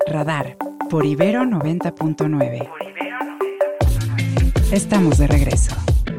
Radar por Ibero 90.9. Estamos de regreso.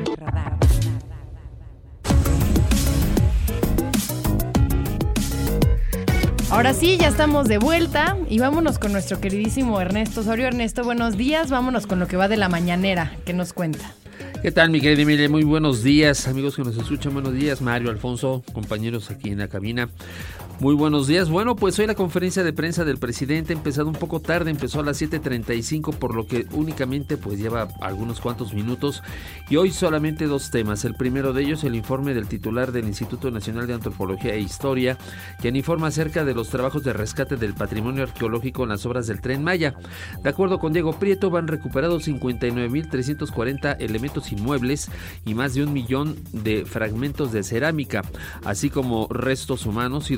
Ahora sí, ya estamos de vuelta y vámonos con nuestro queridísimo Ernesto Osorio. Ernesto, buenos días. Vámonos con lo que va de la mañanera. ¿Qué nos cuenta? ¿Qué tal, mi querida Emilia? Muy buenos días, amigos que nos escuchan. Buenos días, Mario, Alfonso, compañeros aquí en la cabina. Muy buenos días. Bueno, pues hoy la conferencia de prensa del presidente ha empezado un poco tarde, empezó a las 7:35, por lo que únicamente pues lleva algunos cuantos minutos. Y hoy solamente dos temas. El primero de ellos, el informe del titular del Instituto Nacional de Antropología e Historia, quien informa acerca de los trabajos de rescate del patrimonio arqueológico en las obras del Tren Maya. De acuerdo con Diego Prieto, van recuperados 59,340 elementos inmuebles y más de 1 millón de fragmentos de cerámica, así como restos humanos y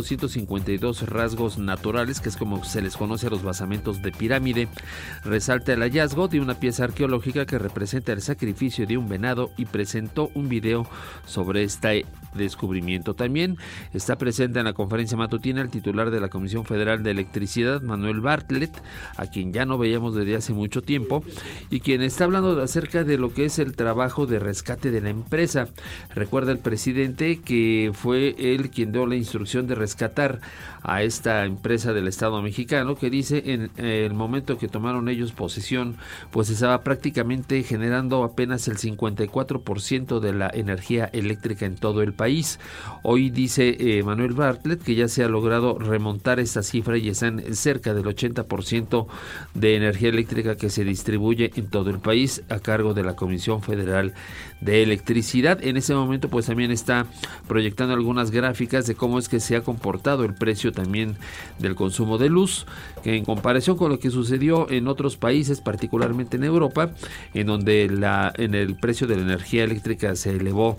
2,252 rasgos naturales, que es como se les conoce a los basamentos de pirámide. Resalta el hallazgo de una pieza arqueológica que representa el sacrificio de un venado y presentó un video sobre este descubrimiento. También está presente en la conferencia matutina el titular de la Comisión Federal de Electricidad, Manuel Bartlett, a quien ya no veíamos desde hace mucho tiempo, y quien está hablando acerca de lo que es el trabajo de rescate de la empresa. Recuerda el presidente que fue él quien dio la instrucción de rescatar a esta empresa del Estado mexicano, que dice en el momento que tomaron ellos posesión, pues estaba prácticamente generando apenas el 54% de la energía eléctrica en todo el país. Hoy dice Manuel Bartlett que ya se ha logrado remontar esta cifra y están cerca del 80% de energía eléctrica que se distribuye en todo el país a cargo de la Comisión Federal de Electricidad. En ese momento pues también está proyectando algunas gráficas de cómo es que se ha comportado el precio también del consumo de luz, que en comparación con lo que sucedió en otros países, particularmente en Europa, en donde en el precio de la energía eléctrica se elevó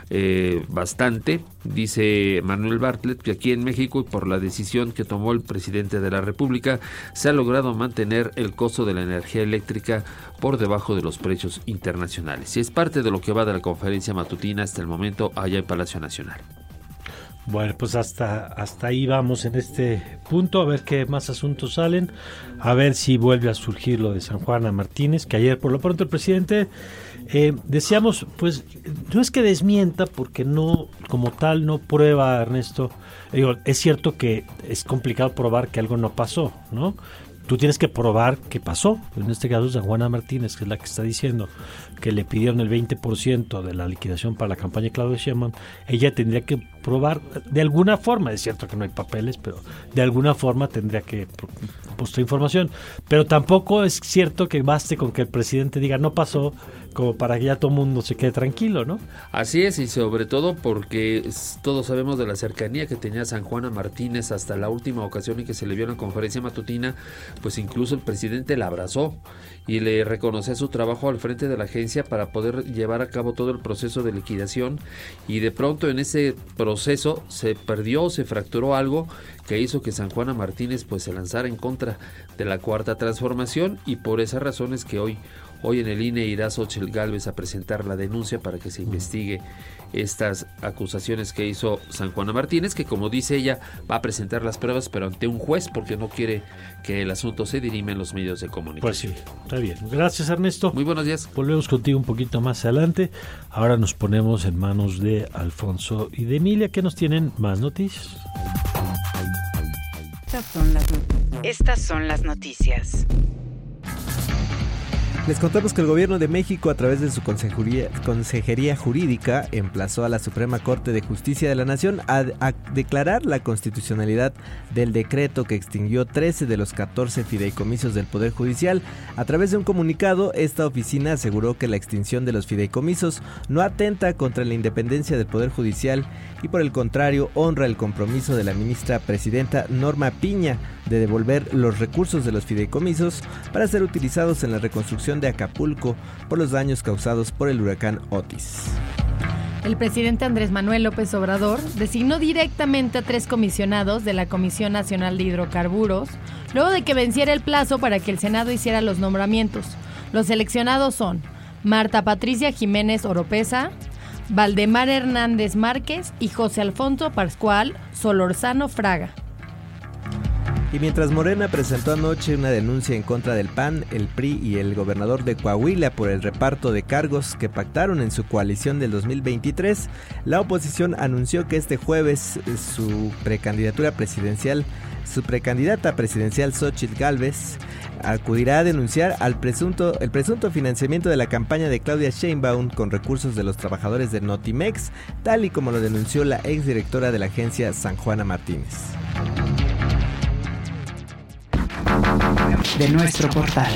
bastante. Dice Manuel Bartlett que aquí en México, y por la decisión que tomó el presidente de la República, se ha logrado mantener el costo de la energía eléctrica por debajo de los precios internacionales. Y es parte de lo que va de la conferencia matutina hasta el momento allá en Palacio Nacional. Bueno, pues hasta ahí vamos en este punto, a ver qué más asuntos salen, a ver si vuelve a surgir lo de San Juana Martínez, que ayer por lo pronto el presidente decíamos, pues no es que desmienta, porque no, como tal, no prueba, Ernesto. Digo, es cierto que es complicado probar que algo no pasó, ¿no? Tú tienes que probar qué pasó. En este caso, San Juana Martínez, que es la que está diciendo que le pidieron el 20% de la liquidación para la campaña de Claudia Sheinbaum, ella tendría que probar de alguna forma, es cierto que no hay papeles, pero de alguna forma tendría que postar información. Pero tampoco es cierto que baste con que el presidente diga no pasó, como para que ya todo el mundo se quede tranquilo, ¿no? Así es, y sobre todo porque todos sabemos de la cercanía que tenía San Juana Martínez hasta la última ocasión en que se le vio en la conferencia matutina, pues incluso el presidente la abrazó y le reconoció su trabajo al frente de la agencia para poder llevar a cabo todo el proceso de liquidación, y de pronto en ese proceso se perdió, se fracturó algo que hizo que San Juana Martínez pues se lanzara en contra de la Cuarta Transformación, y por esas razones que hoy en el INE irá Xóchitl Gálvez a presentar la denuncia para que se investigue estas acusaciones que hizo San Juana Martínez, que como dice ella va a presentar las pruebas pero ante un juez, porque no quiere que el asunto se dirima en los medios de comunicación. Pues sí, está bien. Gracias, Ernesto. Muy buenos días. Volvemos contigo un poquito más adelante. Ahora nos ponemos en manos de Alfonso y de Emilia, que nos tienen más noticias. Estas son las noticias. Les contamos que el Gobierno de México, a través de su Consejería Jurídica, emplazó a la Suprema Corte de Justicia de la Nación a declarar la constitucionalidad del decreto que extinguió 13 de los 14 fideicomisos del Poder Judicial. A través de un comunicado, esta oficina aseguró que la extinción de los fideicomisos no atenta contra la independencia del Poder Judicial y, por el contrario, honra el compromiso de la ministra presidenta Norma Piña de devolver los recursos de los fideicomisos para ser utilizados en la reconstrucción de Acapulco por los daños causados por el huracán Otis. El presidente Andrés Manuel López Obrador designó directamente a 3 comisionados de la Comisión Nacional de Hidrocarburos, luego de que venciera el plazo para que el Senado hiciera los nombramientos. Los seleccionados son Marta Patricia Jiménez Oropesa, Valdemar Hernández Márquez y José Alfonso Pascual Solorzano Fraga. Y mientras Morena presentó anoche una denuncia en contra del PAN, el PRI y el gobernador de Coahuila por el reparto de cargos que pactaron en su coalición del 2023, la oposición anunció que este jueves su precandidata presidencial Xóchitl Gálvez acudirá a denunciar el presunto financiamiento de la campaña de Claudia Sheinbaum con recursos de los trabajadores de Notimex, tal y como lo denunció la exdirectora de la agencia San Juana Martínez. De nuestro portal.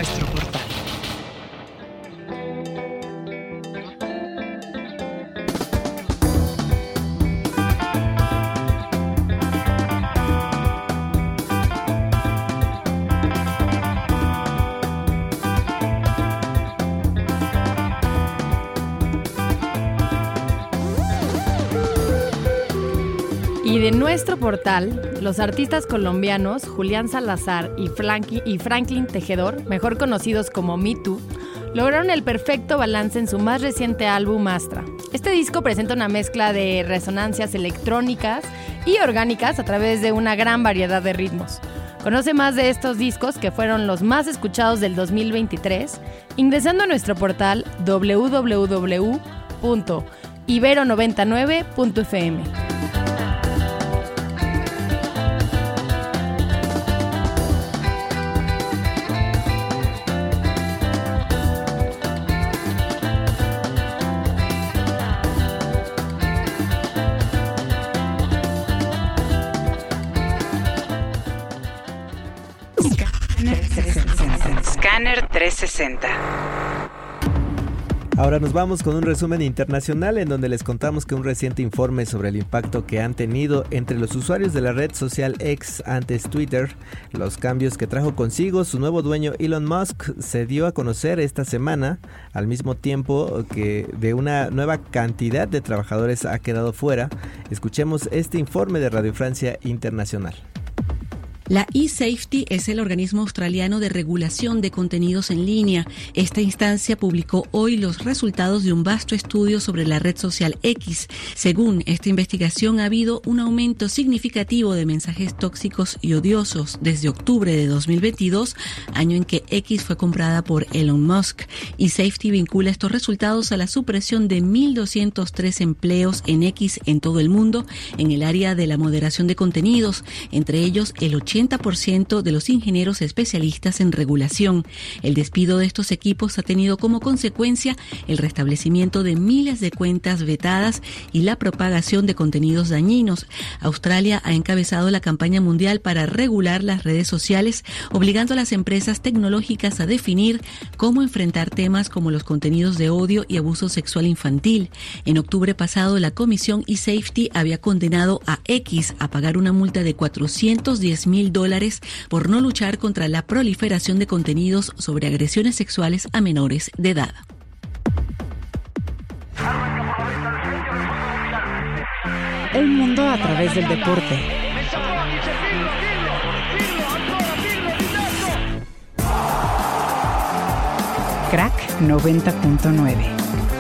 Y de nuestro portal, los artistas colombianos Julián Salazar y Franklin Tejedor, mejor conocidos como Me Too, lograron el perfecto balance en su más reciente álbum Astra. Este disco presenta una mezcla de resonancias electrónicas y orgánicas a través de una gran variedad de ritmos. Conoce más de estos discos que fueron los más escuchados del 2023 ingresando a nuestro portal www.ibero99.fm. Scanner 360. Ahora nos vamos con un resumen internacional en donde les contamos que un reciente informe sobre el impacto que han tenido entre los usuarios de la red social X, antes Twitter, los cambios que trajo consigo su nuevo dueño Elon Musk, se dio a conocer esta semana, al mismo tiempo que de una nueva cantidad de trabajadores ha quedado fuera. Escuchemos este informe de Radio Francia Internacional. La eSafety es el organismo australiano de regulación de contenidos en línea. Esta instancia publicó hoy los resultados de un vasto estudio sobre la red social X. Según esta investigación, ha habido un aumento significativo de mensajes tóxicos y odiosos desde octubre de 2022, año en que X fue comprada por Elon Musk. eSafety vincula estos resultados a la supresión de 1.203 empleos en X en todo el mundo en el área de la moderación de contenidos, entre ellos el 80% de los ingenieros especialistas en regulación. El despido de estos equipos ha tenido como consecuencia el restablecimiento de miles de cuentas vetadas y la propagación de contenidos dañinos. Australia ha encabezado la campaña mundial para regular las redes sociales, obligando a las empresas tecnológicas a definir cómo enfrentar temas como los contenidos de odio y abuso sexual infantil. En octubre pasado, la comisión eSafety había condenado a X a pagar una multa de $410,000 por no luchar contra la proliferación de contenidos sobre agresiones sexuales a menores de edad. El mundo a través del deporte. Crack 90.9.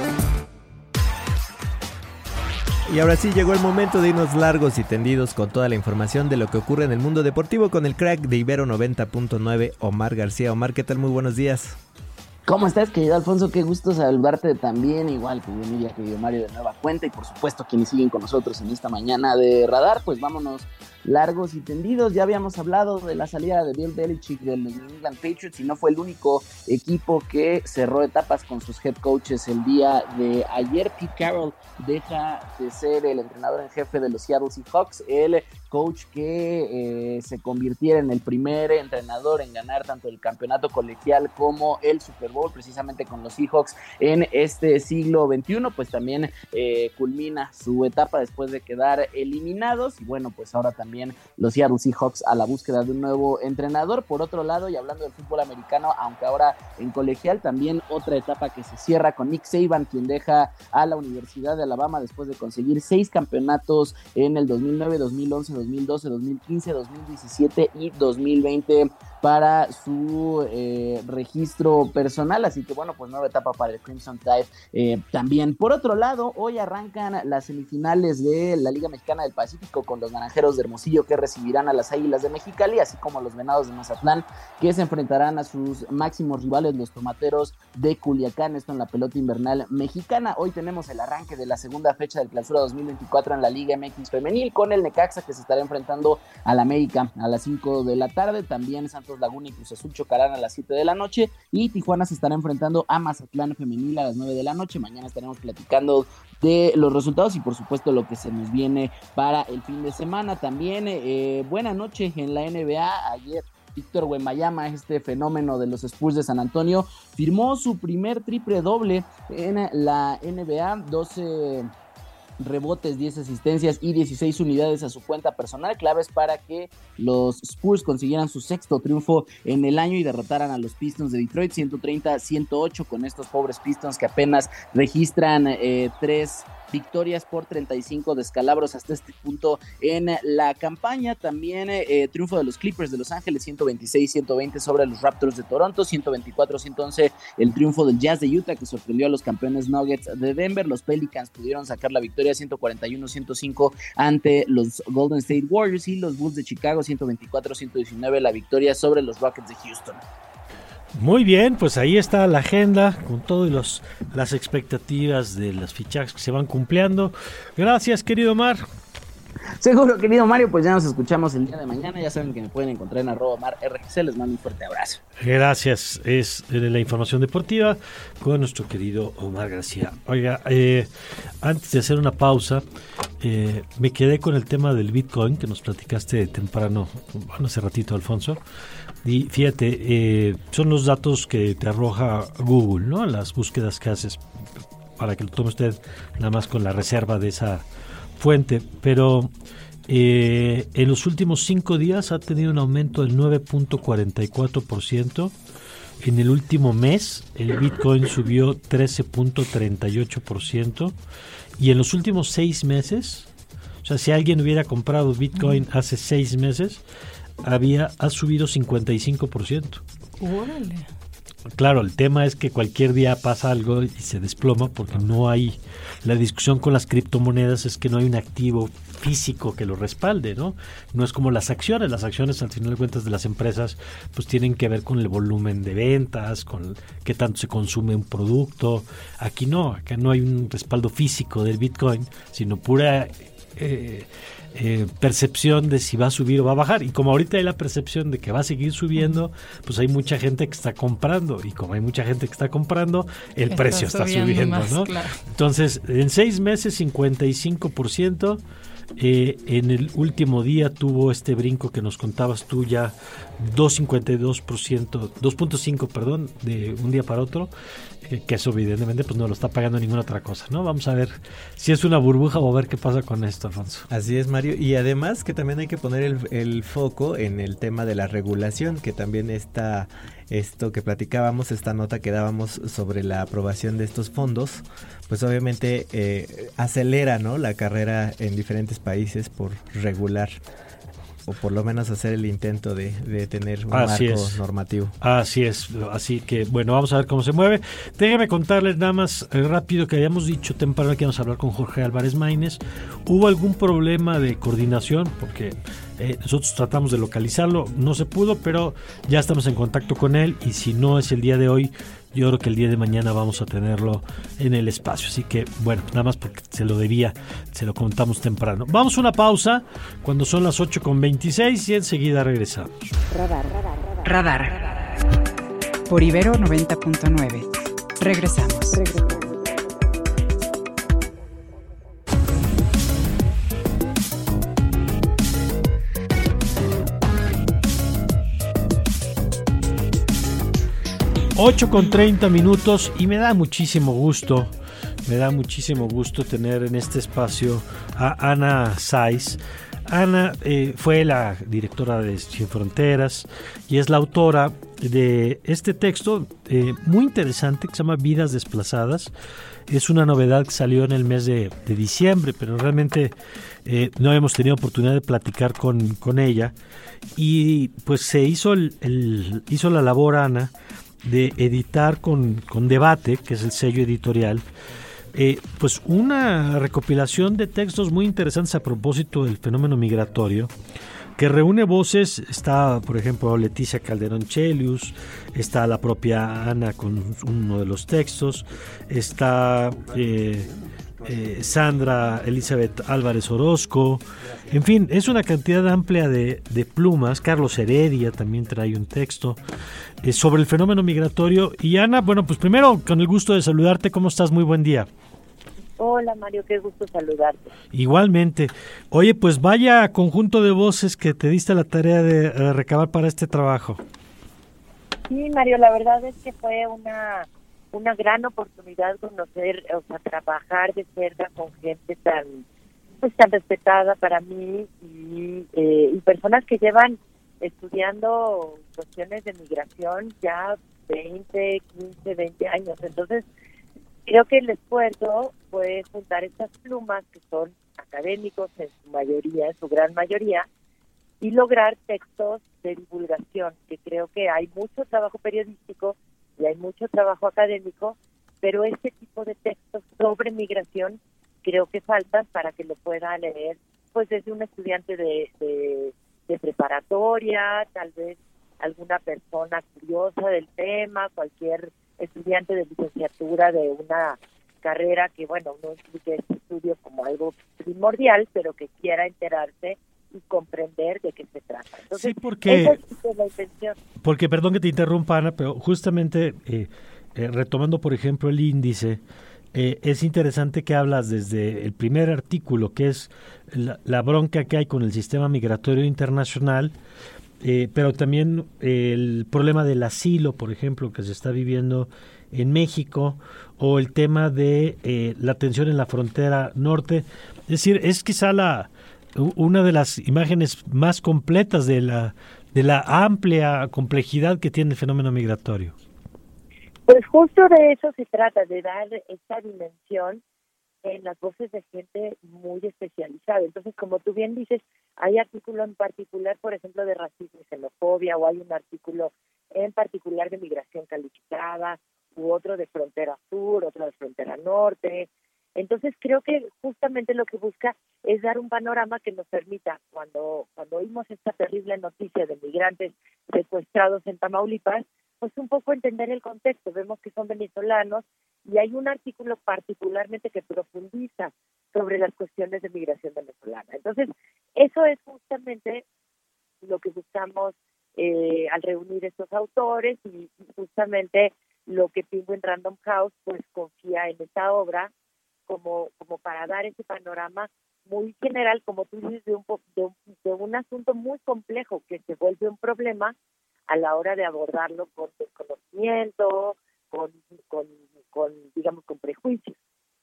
Y ahora sí llegó el momento de irnos largos y tendidos con toda la información de lo que ocurre en el mundo deportivo con el crack de Ibero 90.9, Omar García. Omar, ¿qué tal? Muy buenos días. ¿Cómo estás, querido Alfonso? Qué gusto saludarte también, igual que Emilia, querido Mario, de nueva cuenta, y por supuesto quienes siguen con nosotros en esta mañana de Radar. Pues vámonos largos y tendidos. Ya habíamos hablado de la salida de Bill Belichick de los New England Patriots y no fue el único equipo que cerró etapas con sus head coaches el día de ayer. Pete Carroll deja de ser el entrenador en jefe de los Seattle Seahawks, el coach que se convirtiera en el primer entrenador en ganar tanto el campeonato colegial como el Super Bowl, precisamente con los Seahawks en este siglo XXI. Pues también culmina su etapa después de quedar eliminados, y bueno, pues ahora también los Seattle Seahawks a la búsqueda de un nuevo entrenador. Por otro lado, y hablando del fútbol americano, aunque ahora en colegial, también otra etapa que se cierra con Nick Saban, quien deja a la Universidad de Alabama después de conseguir 6 campeonatos en el 2009, 2011, 2012, 2015, 2017 y 2020 para su registro personal, así que bueno, pues nueva etapa para el Crimson Tide también. Por otro lado, hoy arrancan las semifinales de la Liga Mexicana del Pacífico con los Naranjeros de Hermosillo, que recibirán a las Águilas de Mexicali, así como los Venados de Mazatlán, que se enfrentarán a sus máximos rivales, los Tomateros de Culiacán, esto en la pelota invernal mexicana. Hoy tenemos el arranque de la segunda fecha del Clausura 2024 en la Liga MX Femenil, con el Necaxa, que se estará enfrentando al América a las 5 de la tarde, también Santos Laguna y Cruz Azul chocarán a las 7 de la noche, y Tijuana se estará enfrentando a Mazatlán Femenil a las 9 de la noche. Mañana estaremos platicando de los resultados y por supuesto lo que se nos viene para el fin de semana. También buena noche en la NBA. Ayer Víctor Wembanyama, este fenómeno de los Spurs de San Antonio, firmó su primer triple doble en la NBA, 12 rebotes, 10 asistencias y 16 unidades a su cuenta personal, claves para que los Spurs consiguieran su sexto triunfo en el año y derrotaran a los Pistons de Detroit 130-108, con estos pobres Pistons que apenas registran 3 victorias por 35 descalabros hasta este punto en la campaña. También triunfo de los Clippers de Los Ángeles 126-120 sobre los Raptors de Toronto, 124-111 el triunfo del Jazz de Utah, que sorprendió a los campeones Nuggets de Denver. Los Pelicans pudieron sacar la victoria 141-105 ante los Golden State Warriors, y los Bulls de Chicago 124-119 la victoria sobre los Rockets de Houston. Muy bien, pues ahí está la agenda con todas las expectativas de las fichajes que se van cumpliendo. Gracias, querido Mar. Seguro, querido Mario, pues ya nos escuchamos el día de mañana. Ya saben que me pueden encontrar en @marrgc. Les mando un fuerte abrazo. Gracias, es la información deportiva con nuestro querido Omar García. Oiga, antes de hacer una pausa, me quedé con el tema del Bitcoin que nos platicaste temprano, bueno, hace ratito, Alfonso. Y fíjate, son los datos que te arroja Google, ¿no? Las búsquedas que haces, para que lo tome usted nada más con la reserva de esa fuente. Pero en los últimos 5 días ha tenido un aumento del 9.44%. En el último mes el Bitcoin subió 13.38%. Y en los últimos 6 meses, o sea, si alguien hubiera comprado Bitcoin hace 6 meses, ha subido 55%. ¡Órale! Claro, el tema es que cualquier día pasa algo y se desploma, porque no hay, la discusión con las criptomonedas es que no hay un activo físico que lo respalde, ¿no? No es como las acciones al final de cuentas de las empresas, pues tienen que ver con el volumen de ventas, con qué tanto se consume un producto. Aquí no, acá no hay un respaldo físico del Bitcoin, sino pura percepción de si va a subir o va a bajar. Y como ahorita hay la percepción de que va a seguir subiendo, pues hay mucha gente que está comprando, y como hay mucha gente que está comprando, el precio está subiendo, más, ¿no? Claro. Entonces, en 6 meses 55%. En el último día tuvo este brinco que nos contabas tú, ya 2.5, perdón, de un día para otro, que eso evidentemente pues no lo está pagando ninguna otra cosa, ¿no? Vamos a ver si es una burbuja o a ver qué pasa con esto, Alfonso. Así es, Mario, y además que también hay que poner el foco en el tema de la regulación, que también está esto que platicábamos, esta nota que dábamos sobre la aprobación de estos fondos, pues obviamente acelera, ¿no?, la carrera en diferentes países por regular, o por lo menos hacer el intento de tener un marco normativo. Así es, así que bueno, vamos a ver cómo se mueve. Déjame contarles nada más rápido que habíamos dicho temprano que íbamos a hablar con Jorge Álvarez Maínez. Hubo algún problema de coordinación porque nosotros tratamos de localizarlo, no se pudo, pero ya estamos en contacto con él, y si no es el día de hoy, yo creo que el día de mañana vamos a tenerlo en el espacio. Así que, bueno, nada más porque se lo contamos temprano. Vamos a una pausa cuando son las 8:26 y enseguida regresamos. Radar. Por Ibero 90.9. Regresamos. 8:30 y me da muchísimo gusto tener en este espacio a Ana Saiz. Ana fue la directora de Sin Fronteras y es la autora de este texto muy interesante que se llama Vidas Desplazadas. Es una novedad que salió en el mes de diciembre, pero realmente no hemos tenido oportunidad de platicar con ella. Y pues se hizo hizo la labor, Ana, de editar con Debate, que es el sello editorial, pues una recopilación de textos muy interesantes a propósito del fenómeno migratorio, que reúne voces. Está, por ejemplo, Leticia Calderón Chelius, está la propia Ana con uno de los textos, está Sandra Elizabeth Álvarez Orozco, en fin, es una cantidad amplia de plumas. Carlos Heredia también trae un texto sobre el fenómeno migratorio. Y Ana, bueno, pues primero con el gusto de saludarte, ¿cómo estás? Muy buen día. Hola Mario, qué gusto saludarte. Igualmente. Oye, pues vaya conjunto de voces que te diste la tarea de recabar para este trabajo. Sí, Mario, la verdad es que fue una gran oportunidad conocer, o sea, trabajar de cerca con gente tan respetada para mí y personas que llevan estudiando cuestiones de migración ya 20 años. Entonces, creo que el esfuerzo fue juntar estas plumas que son académicos en su mayoría, en su gran mayoría, y lograr textos de divulgación, que creo que hay mucho trabajo periodístico y hay mucho trabajo académico, pero este tipo de textos sobre migración creo que faltan para que lo pueda leer pues desde un estudiante de preparatoria, tal vez alguna persona curiosa del tema, cualquier estudiante de licenciatura de una carrera que, bueno, no implique este estudio como algo primordial, pero que quiera enterarse y comprender de qué se trata. Entonces, sí, porque, esa es la intención. Porque, perdón que te interrumpa, Ana, pero justamente retomando, por ejemplo, el índice, es interesante que hablas desde el primer artículo, que es la bronca que hay con el sistema migratorio internacional, pero también el problema del asilo, por ejemplo, que se está viviendo en México, o el tema de la tensión en la frontera norte. Es decir, es quizá una de las imágenes más completas de la amplia complejidad que tiene el fenómeno migratorio. Pues justo de eso se trata, de dar esta dimensión en las voces de gente muy especializada. Entonces, como tú bien dices, hay artículos en particular, por ejemplo, de racismo y xenofobia, o hay un artículo en particular de migración calificada, u otro de frontera sur, otro de frontera norte. Entonces, creo que justamente lo que busca es dar un panorama que nos permita, cuando oímos esta terrible noticia de migrantes secuestrados en Tamaulipas, pues un poco entender el contexto. Vemos que son venezolanos y hay un artículo particularmente que profundiza sobre las cuestiones de migración venezolana. Entonces, eso es justamente lo que buscamos al reunir estos autores, y justamente lo que Penguin Random House pues confía en esta obra como para dar ese panorama muy general, como tú dices, de un asunto muy complejo que se vuelve un problema a la hora de abordarlo con desconocimiento, digamos, con prejuicios.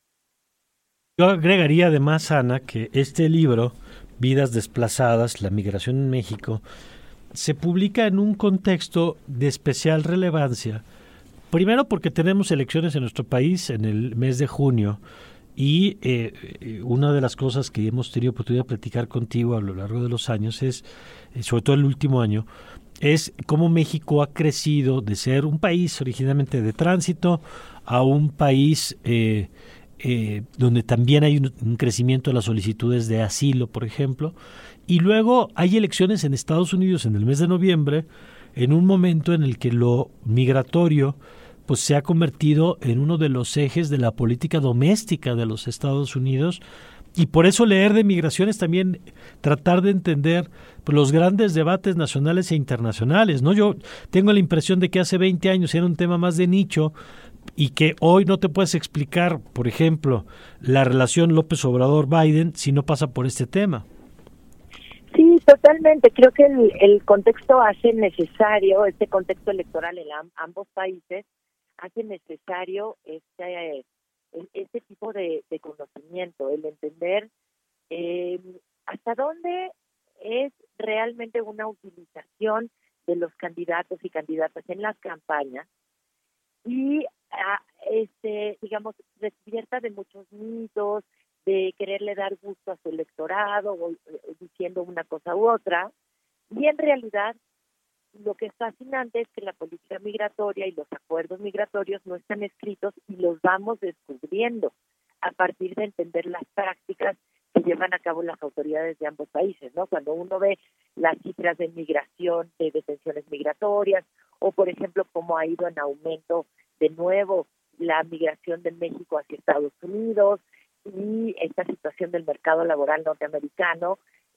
Yo agregaría además, Ana, que este libro, Vidas Desplazadas, la migración en México, se publica en un contexto de especial relevancia. Primero porque tenemos elecciones en nuestro país en el mes de junio, y una de las cosas que hemos tenido oportunidad de platicar contigo a lo largo de los años es, sobre todo el último año, es cómo México ha crecido de ser un país originalmente de tránsito a un país donde también hay un crecimiento de las solicitudes de asilo, por ejemplo, y luego hay elecciones en Estados Unidos en el mes de noviembre, en un momento en el que lo migratorio pues se ha convertido en uno de los ejes de la política doméstica de los Estados Unidos. Y por eso leer de migración es también tratar de entender pues, los grandes debates nacionales e internacionales, ¿no? Yo tengo la impresión de que hace 20 años era un tema más de nicho y que hoy no te puedes explicar, por ejemplo, la relación López Obrador-Biden si no pasa por este tema. Sí, totalmente. Creo que el contexto hace necesario, este contexto electoral en ambos países, hace necesario este tipo de conocimiento, el entender hasta dónde es realmente una utilización de los candidatos y candidatas en las campañas y, digamos, despierta de muchos mitos, de quererle dar gusto a su electorado o diciendo una cosa u otra. Y en realidad, lo que es fascinante es que la política migratoria y los acuerdos migratorios no están escritos y los vamos descubriendo a partir de entender las prácticas que llevan a cabo las autoridades de ambos países, ¿no? Cuando uno ve las cifras de migración, de detenciones migratorias, o por ejemplo cómo ha ido en aumento de nuevo la migración de México hacia Estados Unidos y esta situación del mercado laboral norteamericano,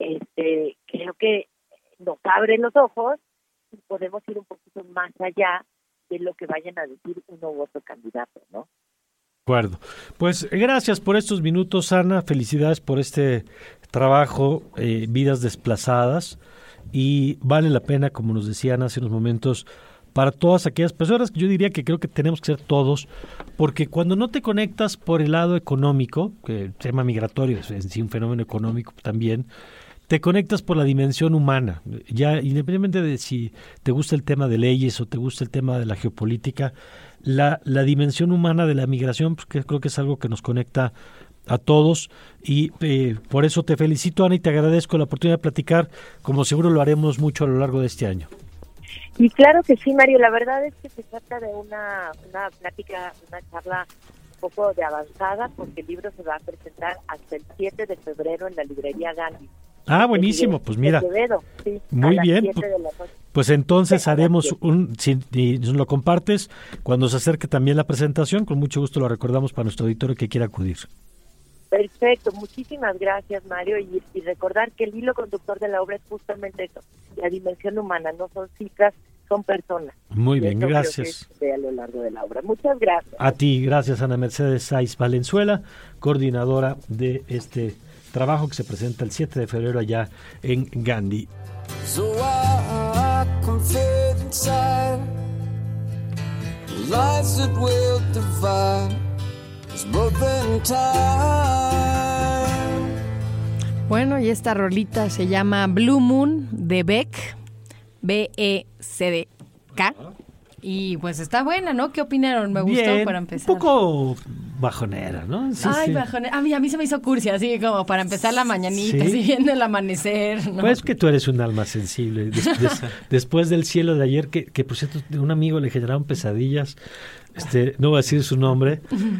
creo que nos abre los ojos y podemos ir un poquito más allá de lo que vayan a decir uno u otro candidato, ¿no? De acuerdo. Pues gracias por estos minutos, Ana. Felicidades por este trabajo, Vidas Desplazadas. Y vale la pena, como nos decían hace unos momentos, para todas aquellas personas, que yo diría que creo que tenemos que ser todos, porque cuando no te conectas por el lado económico, que el tema migratorio es en sí un fenómeno económico también, te conectas por la dimensión humana. Ya independientemente de si te gusta el tema de leyes o te gusta el tema de la geopolítica, la dimensión humana de la migración, pues, que creo que es algo que nos conecta a todos, y por eso te felicito, Ana, y te agradezco la oportunidad de platicar, como seguro lo haremos mucho a lo largo de este año. Y claro que sí, Mario, la verdad es que se trata de una plática, una charla un poco de avanzada, porque el libro se va a presentar hasta el 7 de febrero en la librería Gandhi. Ah, buenísimo, pues mira, Quevedo, sí, muy bien, pues entonces haremos si nos lo compartes, cuando se acerque también la presentación, con mucho gusto lo recordamos para nuestro auditorio que quiera acudir. Perfecto, muchísimas gracias, Mario, y recordar que el hilo conductor de la obra es justamente eso, la dimensión humana, no son cifras, son personas. Muy bien, gracias. A lo largo de la obra. Muchas gracias. A ti, gracias, Ana Mercedes Saiz Valenzuela, coordinadora de este trabajo que se presenta el 7 de febrero allá en Gandhi. So I confess inside, lies that will divide us both in time. Bueno, y esta rolita se llama Blue Moon de Beck, B-E-C-D-K. Y pues está buena, ¿no? ¿Qué opinaron? Me gustó para empezar. Un poco bajonera, ¿no? Sí, Ay, sí. Bajonera. A mí se me hizo cursi, así como para empezar la mañanita, así viendo el amanecer, ¿no? Pues que tú eres un alma sensible. Después del cielo de ayer, que por cierto, un amigo le generaron pesadillas, no voy a decir su nombre,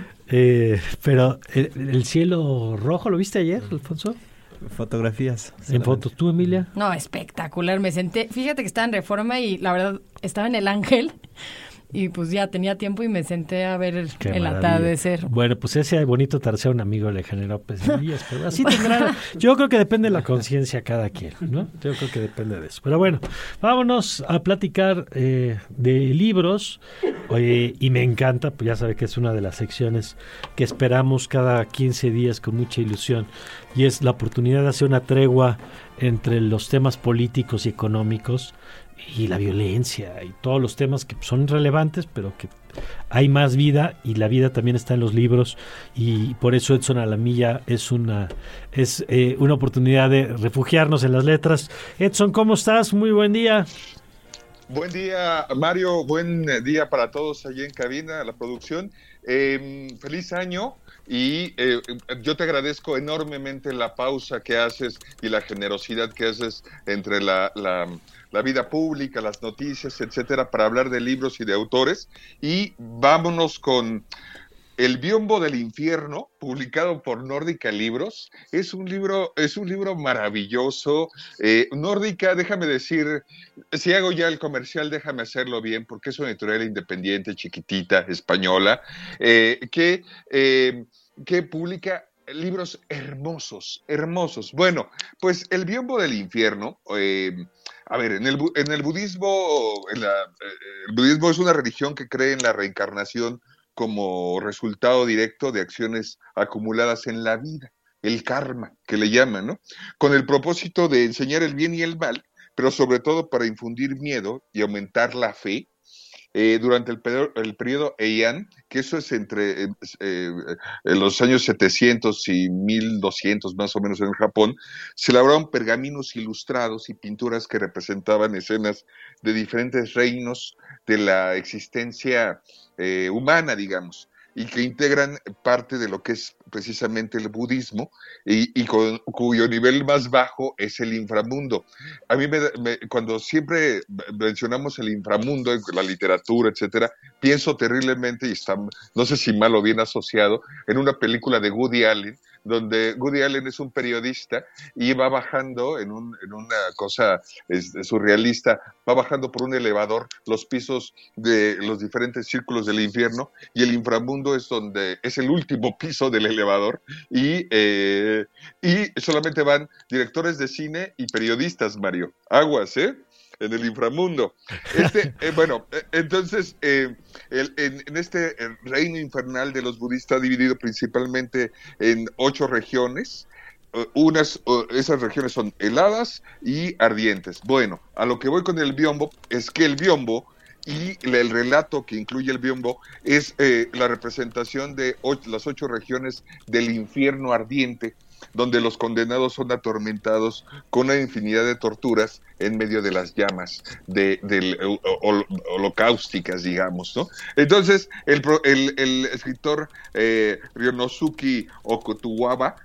pero el cielo rojo, ¿lo viste ayer, Alfonso? Fotografías. ¿En fotos tú, Emilia? No, espectacular. Me senté, fíjate que estaba en Reforma y la verdad estaba en el Ángel y pues ya tenía tiempo y me senté a ver el atardecer. Bueno, pues ese bonito atardecer a un amigo le generó pesadillas, pero así tendrá. Yo creo que depende de la conciencia cada quien, ¿no? Yo creo que depende de eso. Pero bueno, vámonos a platicar de libros. Y me encanta, pues ya sabe que es una de las secciones que esperamos cada 15 días con mucha ilusión, y es la oportunidad de hacer una tregua entre los temas políticos y económicos y la violencia y todos los temas que son relevantes, pero que hay más vida, y la vida también está en los libros, y por eso Edson Alamilla es una oportunidad de refugiarnos en las letras. Edson, ¿cómo estás? Muy buen día. Buen día, Mario, buen día para todos allí en cabina, la producción. Feliz año, y yo te agradezco enormemente la pausa que haces y la generosidad que haces entre la vida pública, las noticias, etcétera, para hablar de libros y de autores. Y vámonos con El Biombo del Infierno, publicado por Nórdica Libros. Es un libro maravilloso. Nórdica, déjame decir, si hago ya el comercial, déjame hacerlo bien, porque es una editorial independiente, chiquitita, española, que publica libros hermosos. Bueno, pues El Biombo del Infierno, a ver, en el budismo, el budismo es una religión que cree en la reencarnación como resultado directo de acciones acumuladas en la vida, el karma, que le llaman, ¿no? Con el propósito de enseñar el bien y el mal, pero sobre todo para infundir miedo y aumentar la fe durante el periodo Heian, que eso es entre los años 700 y 1200 más o menos en Japón, se elaboraron pergaminos ilustrados y pinturas que representaban escenas de diferentes reinos de la existencia humana, digamos, y que integran parte de lo que es precisamente el budismo y cuyo nivel más bajo es el inframundo. A mí cuando siempre mencionamos el inframundo en la literatura, etcétera, pienso terriblemente, y está, no sé si mal o bien asociado, en una película de Woody Allen, donde Woody Allen es un periodista y va bajando en una cosa surrealista, va bajando por un elevador los pisos de los diferentes círculos del infierno, y el inframundo es donde es el último piso del elevador, y solamente van directores de cine y periodistas, Mario. Aguas, en el inframundo. Entonces, en este reino infernal de los budistas, dividido principalmente en 8 regiones, esas regiones son heladas y ardientes. Bueno, a lo que voy con el biombo es que el biombo y el relato que incluye el biombo es la representación de las 8 regiones del infierno ardiente, donde los condenados son atormentados con una infinidad de torturas en medio de las llamas holocausticas, digamos, ¿no? Entonces, el escritor Ryonosuke Okutowa,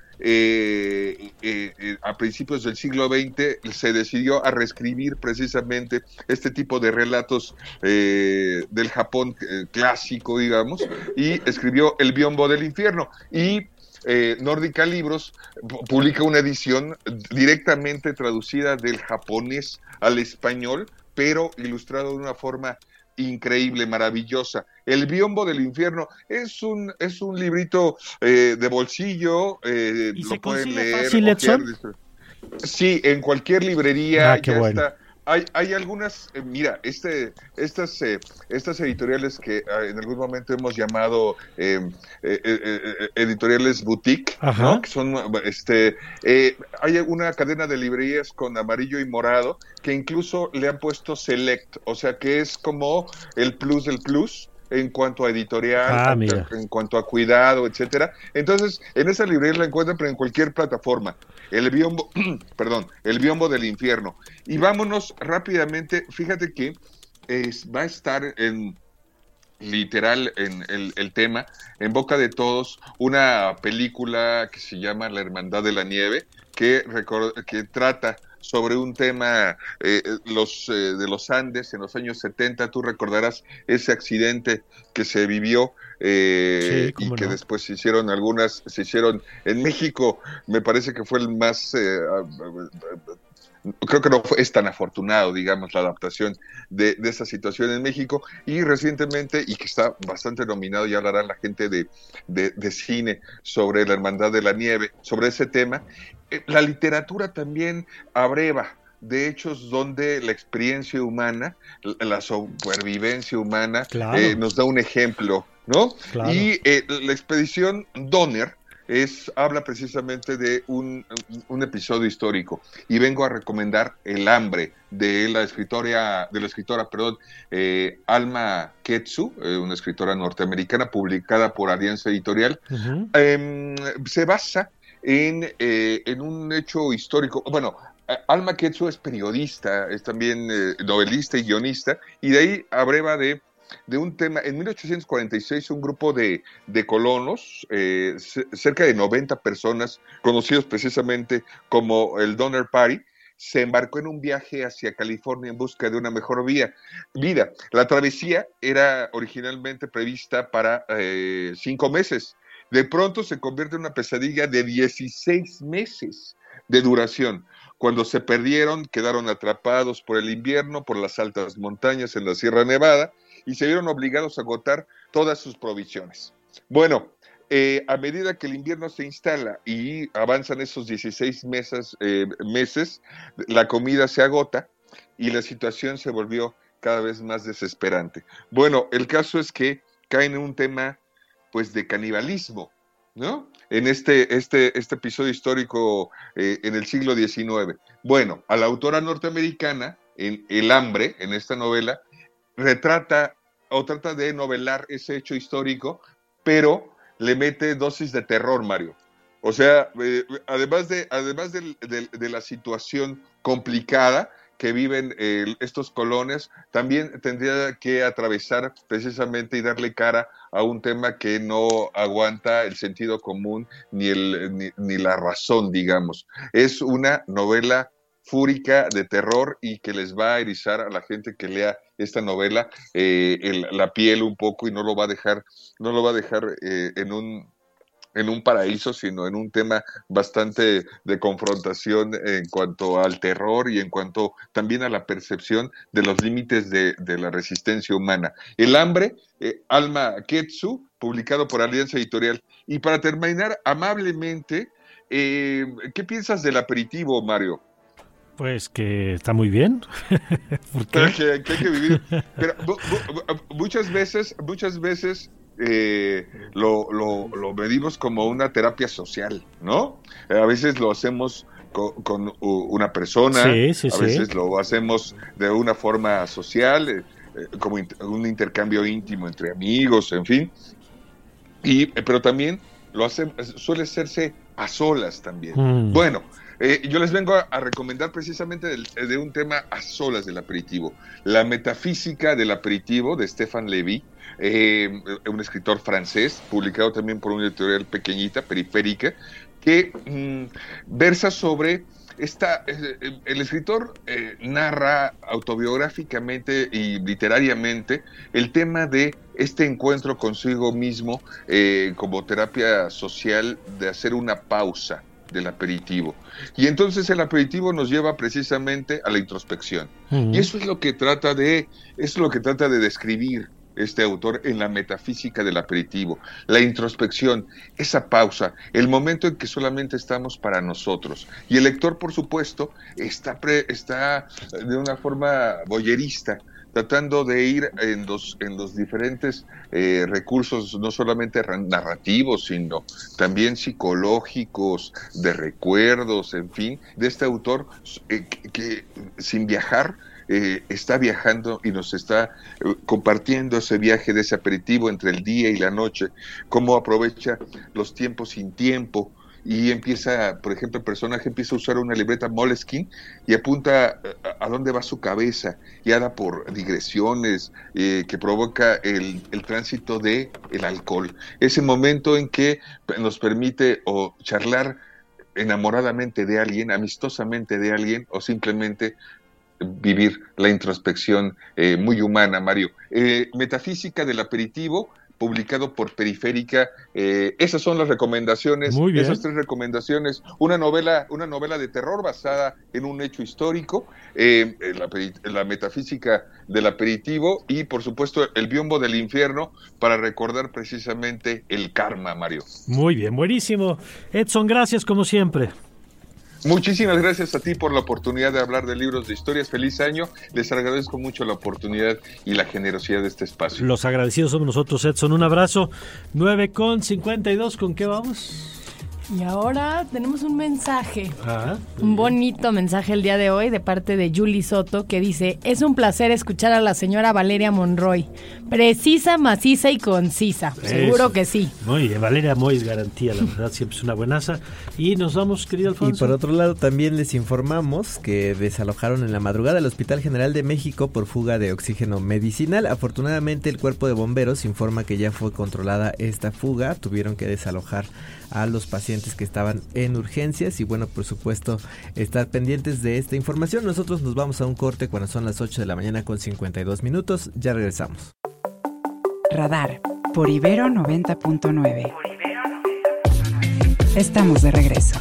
a principios del siglo XX, se decidió a reescribir precisamente este tipo de relatos del Japón clásico, digamos, y escribió El biombo del infierno, y Nórdica Libros publica una edición directamente traducida del japonés al español, pero ilustrado de una forma increíble, maravillosa. El biombo del infierno es un librito de bolsillo, ¿Y lo se pueden consigue leer. fácil, Edson? Sí, en cualquier librería qué ya bueno. está. Hay algunas, mira, estas editoriales que en algún momento hemos llamado editoriales boutique, ¿no? Que son, hay una cadena de librerías con amarillo y morado que incluso le han puesto select, o sea que es como el plus del plus en cuanto a editorial, en cuanto a cuidado, etcétera. Entonces, en esa librería la encuentran, pero en cualquier plataforma. El biombo, el biombo del infierno. Y vámonos rápidamente, fíjate que va a estar literal en el tema, en boca de todos, una película que se llama La Hermandad de la Nieve, que trata sobre un tema de los Andes en los años 70. Tú recordarás ese accidente que se vivió y que después se hicieron en México. Me parece que fue el más creo que no es tan afortunado, digamos, la adaptación de esa situación en México, y recientemente, y que está bastante nominado, ya hablará la gente de cine sobre La Hermandad de la Nieve, sobre ese tema. La literatura también abreva de hechos donde la experiencia humana, la supervivencia humana, nos da un ejemplo, ¿no? Claro. Y la expedición Donner habla precisamente de un episodio histórico, y vengo a recomendar El hambre de la escritora Alma Ketsu, una escritora norteamericana publicada por Alianza Editorial. Uh-huh. Se basa en un hecho histórico. Bueno, Alma Ketsu es periodista, es también novelista y guionista, y de ahí abreva de un tema. En 1846 un grupo de colonos, cerca de 90 personas, conocidos precisamente como el Donner Party, se embarcó en un viaje hacia California en busca de una mejor vida. La travesía era originalmente prevista para 5 meses. De pronto se convierte en una pesadilla de 16 meses de duración. Cuando se perdieron, quedaron atrapados por el invierno, por las altas montañas en la Sierra Nevada, y se vieron obligados a agotar todas sus provisiones. Bueno, a medida que el invierno se instala y avanzan esos 16 meses, la comida se agota y la situación se volvió cada vez más desesperante. Bueno, el caso es que caen en un tema, pues, de canibalismo, ¿no? En este episodio histórico en el siglo XIX. Bueno, a la autora norteamericana, en El hambre, en esta novela, retrata o trata de novelar ese hecho histórico, pero le mete dosis de terror, Mario. O sea, además de la situación complicada que viven estos colones, también tendría que atravesar precisamente y darle cara a un tema que no aguanta el sentido común ni la razón, digamos. Es una novela fúrica de terror y que les va a erizar a la gente que lea esta novela la piel un poco, y no lo va a dejar en un paraíso, sino en un tema bastante de confrontación en cuanto al terror y en cuanto también a la percepción de los límites de la resistencia humana. El hambre, Alma Ketsu, publicado por Alianza Editorial. Y para terminar, amablemente, ¿qué piensas del aperitivo, Mario? Pues que está muy bien. ¿Por qué? Que hay que vivir. Pero muchas veces lo medimos como una terapia social, ¿no? A veces lo hacemos con una persona, a veces lo hacemos de una forma social, como un intercambio íntimo entre amigos, en fin. Pero también suele hacerse a solas también. Bueno, yo les vengo a recomendar precisamente de un tema a solas del aperitivo, La metafísica del aperitivo, de Stéphane Lévy, un escritor francés, publicado también por una editorial pequeñita, periférica, que versa sobre el escritor narra autobiográficamente y literariamente el tema de este encuentro consigo mismo como terapia social, de hacer una pausa del aperitivo. Y entonces el aperitivo nos lleva precisamente a la introspección. Y eso es lo que trata de describir este autor en La metafísica del aperitivo. La introspección, esa pausa, el momento en que solamente estamos para nosotros. Y el lector, por supuesto, está de una forma voyerista, tratando de ir en los diferentes recursos, no solamente narrativos, sino también psicológicos, de recuerdos, en fin, de este autor que sin viajar está viajando y nos está compartiendo ese viaje de ese aperitivo entre el día y la noche, cómo aprovecha los tiempos sin tiempo. Y empieza, por ejemplo, el personaje empieza a usar una libreta Moleskine y apunta a dónde va su cabeza, y anda por digresiones que provoca el tránsito del alcohol. Ese momento en que nos permite o charlar enamoradamente de alguien, amistosamente de alguien, o simplemente vivir la introspección muy humana, Mario. Metafísica del aperitivo, publicado por Periférica. Esas son las recomendaciones. Muy bien. Esas 3 recomendaciones. Una novela de terror basada en un hecho histórico, la metafísica del aperitivo, y por supuesto El biombo del infierno, para recordar precisamente el karma, Mario. Muy bien, buenísimo. Edson, gracias como siempre. Muchísimas gracias a ti por la oportunidad de hablar de libros de historias. Feliz año. Les agradezco mucho la oportunidad y la generosidad de este espacio. Los agradecidos somos nosotros, Edson. Un abrazo. 9:52. ¿Con qué vamos? Y ahora tenemos un mensaje, un bonito mensaje el día de hoy de parte de Julie Soto, que dice: es un placer escuchar a la señora Valeria Monroy, precisa, maciza y concisa. Eso. Seguro que sí. Muy bien, Valeria Moy es garantía, la verdad, siempre es una buenaza. Y nos vamos, querido Alfonso. Y por otro lado también les informamos que desalojaron en la madrugada el Hospital General de México por fuga de oxígeno medicinal. Afortunadamente el cuerpo de bomberos informa que ya fue controlada esta fuga, tuvieron que desalojar a los pacientes que estaban en urgencias y bueno, por supuesto, estar pendientes de esta información. Nosotros nos vamos a un corte cuando son las 8 de la mañana con 52 minutos. Ya regresamos. Radar por Ibero 90.9. Estamos de regreso.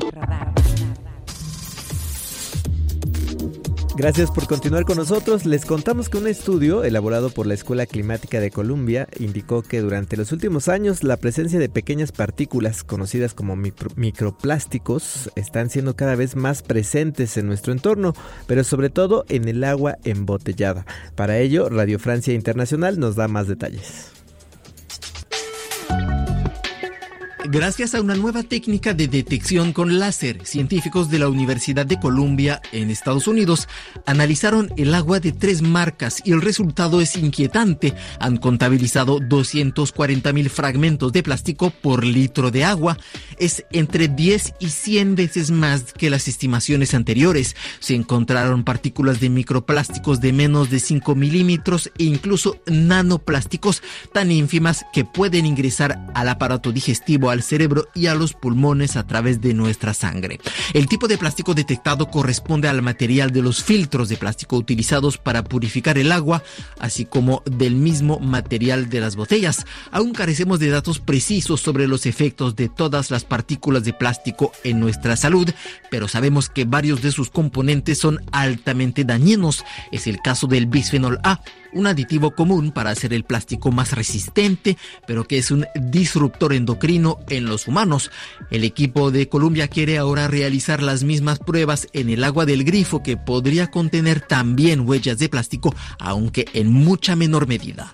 Gracias por continuar con nosotros. Les contamos que un estudio elaborado por la Escuela Climática de Columbia indicó que durante los últimos años la presencia de pequeñas partículas conocidas como microplásticos están siendo cada vez más presentes en nuestro entorno, pero sobre todo en el agua embotellada. Para ello, Radio Francia Internacional nos da más detalles. Gracias a una nueva técnica de detección con láser, científicos de la Universidad de Columbia en Estados Unidos analizaron el agua de 3 marcas y el resultado es inquietante. Han contabilizado 240,000 fragmentos de plástico por litro de agua. Es entre 10 y 100 veces más que las estimaciones anteriores. Se encontraron partículas de microplásticos de menos de 5 milímetros e incluso nanoplásticos tan ínfimas que pueden ingresar al aparato digestivo, al cerebro y a los pulmones a través de nuestra sangre. El tipo de plástico detectado corresponde al material de los filtros de plástico utilizados para purificar el agua, así como del mismo material de las botellas. Aún carecemos de datos precisos sobre los efectos de todas las partículas de plástico en nuestra salud, pero sabemos que varios de sus componentes son altamente dañinos. Es el caso del bisfenol A, un aditivo común para hacer el plástico más resistente, pero que es un disruptor endocrino en los humanos. El equipo de Columbia quiere ahora realizar las mismas pruebas en el agua del grifo, que podría contener también huellas de plástico, aunque en mucha menor medida.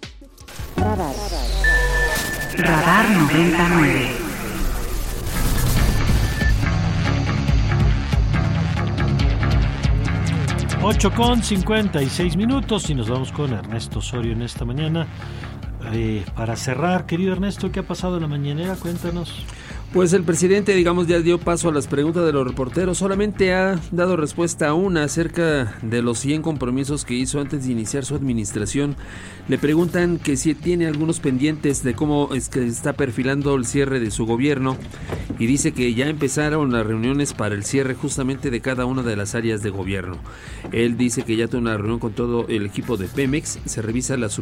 Radar 99. Ocho con 56 minutos y nos vamos con Ernesto Osorio en esta mañana. Para cerrar, querido Ernesto, ¿qué ha pasado en la mañanera? Cuéntanos. Pues el presidente, digamos, ya dio paso a las preguntas de los reporteros. Solamente ha dado respuesta a una acerca de los 100 compromisos que hizo antes de iniciar su administración. Le preguntan que si tiene algunos pendientes de cómo es que está perfilando el cierre de su gobierno, y dice que ya empezaron las reuniones para el cierre justamente de cada una de las áreas de gobierno. Él dice que ya tuvo una reunión con todo el equipo de Pemex, se revisa su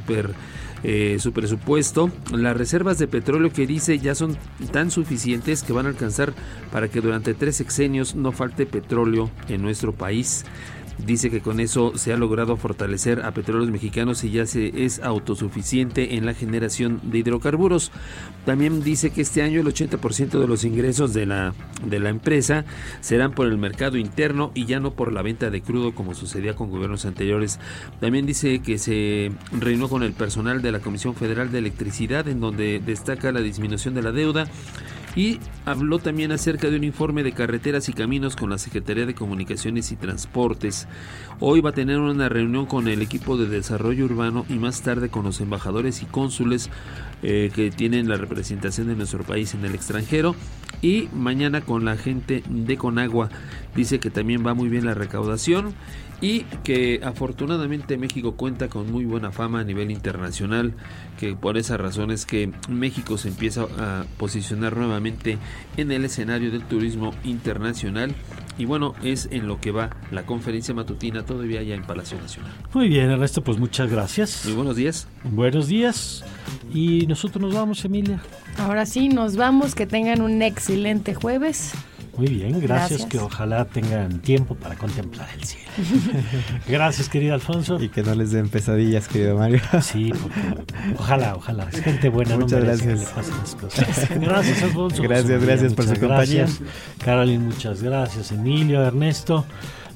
presupuesto, las reservas de petróleo que dice ya son tan suficientes que van a alcanzar para que durante 3 sexenios no falte petróleo en nuestro país. Dice que con eso se ha logrado fortalecer a Petróleos Mexicanos y ya se es autosuficiente en la generación de hidrocarburos. También dice que este año el 80% de los ingresos de la empresa serán por el mercado interno y ya no por la venta de crudo como sucedía con gobiernos anteriores. También dice que se reunió con el personal de la Comisión Federal de Electricidad, en donde destaca la disminución de la deuda. Y habló también acerca de un informe de carreteras y caminos con la Secretaría de Comunicaciones y Transportes. Hoy va a tener una reunión con el equipo de desarrollo urbano y más tarde con los embajadores y cónsules que tienen la representación de nuestro país en el extranjero. Y mañana con la gente de Conagua. Dice que también va muy bien la recaudación y que afortunadamente México cuenta con muy buena fama a nivel internacional, que por esa razón es que México se empieza a posicionar nuevamente en el escenario del turismo internacional. Y bueno, es en lo que va la conferencia matutina todavía ya en Palacio Nacional. Muy bien, Ernesto, pues muchas gracias. Muy buenos días. Buenos días. Y nosotros nos vamos, Emilia. Ahora sí, nos vamos. Que tengan un excelente jueves. Muy bien, gracias. Que ojalá tengan tiempo para contemplar el cielo. Gracias, querido Alfonso. Y que no les den pesadillas, querido Mario. Sí, porque ojalá. Es gente buena. Muchas no gracias. Que le pasen las cosas. Gracias, Alfonso. Gracias por su compañía. Caroline, muchas gracias. Emilio, Ernesto.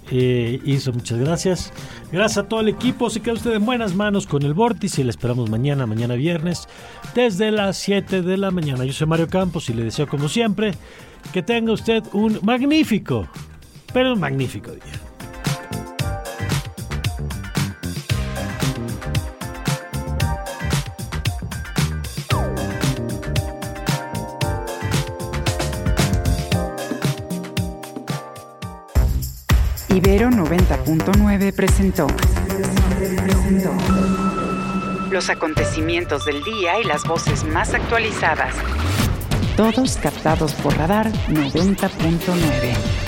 Iso, muchas gracias. Gracias a todo el equipo. Se queda usted en buenas manos con el Vórtice y le esperamos mañana viernes, desde las 7 de la mañana. Yo soy Mario Campos y le deseo, como siempre, que tenga usted un magnífico día. Ibero 90.9 presentó los acontecimientos del día y las voces más actualizadas. Todos captados por Radar 90.9.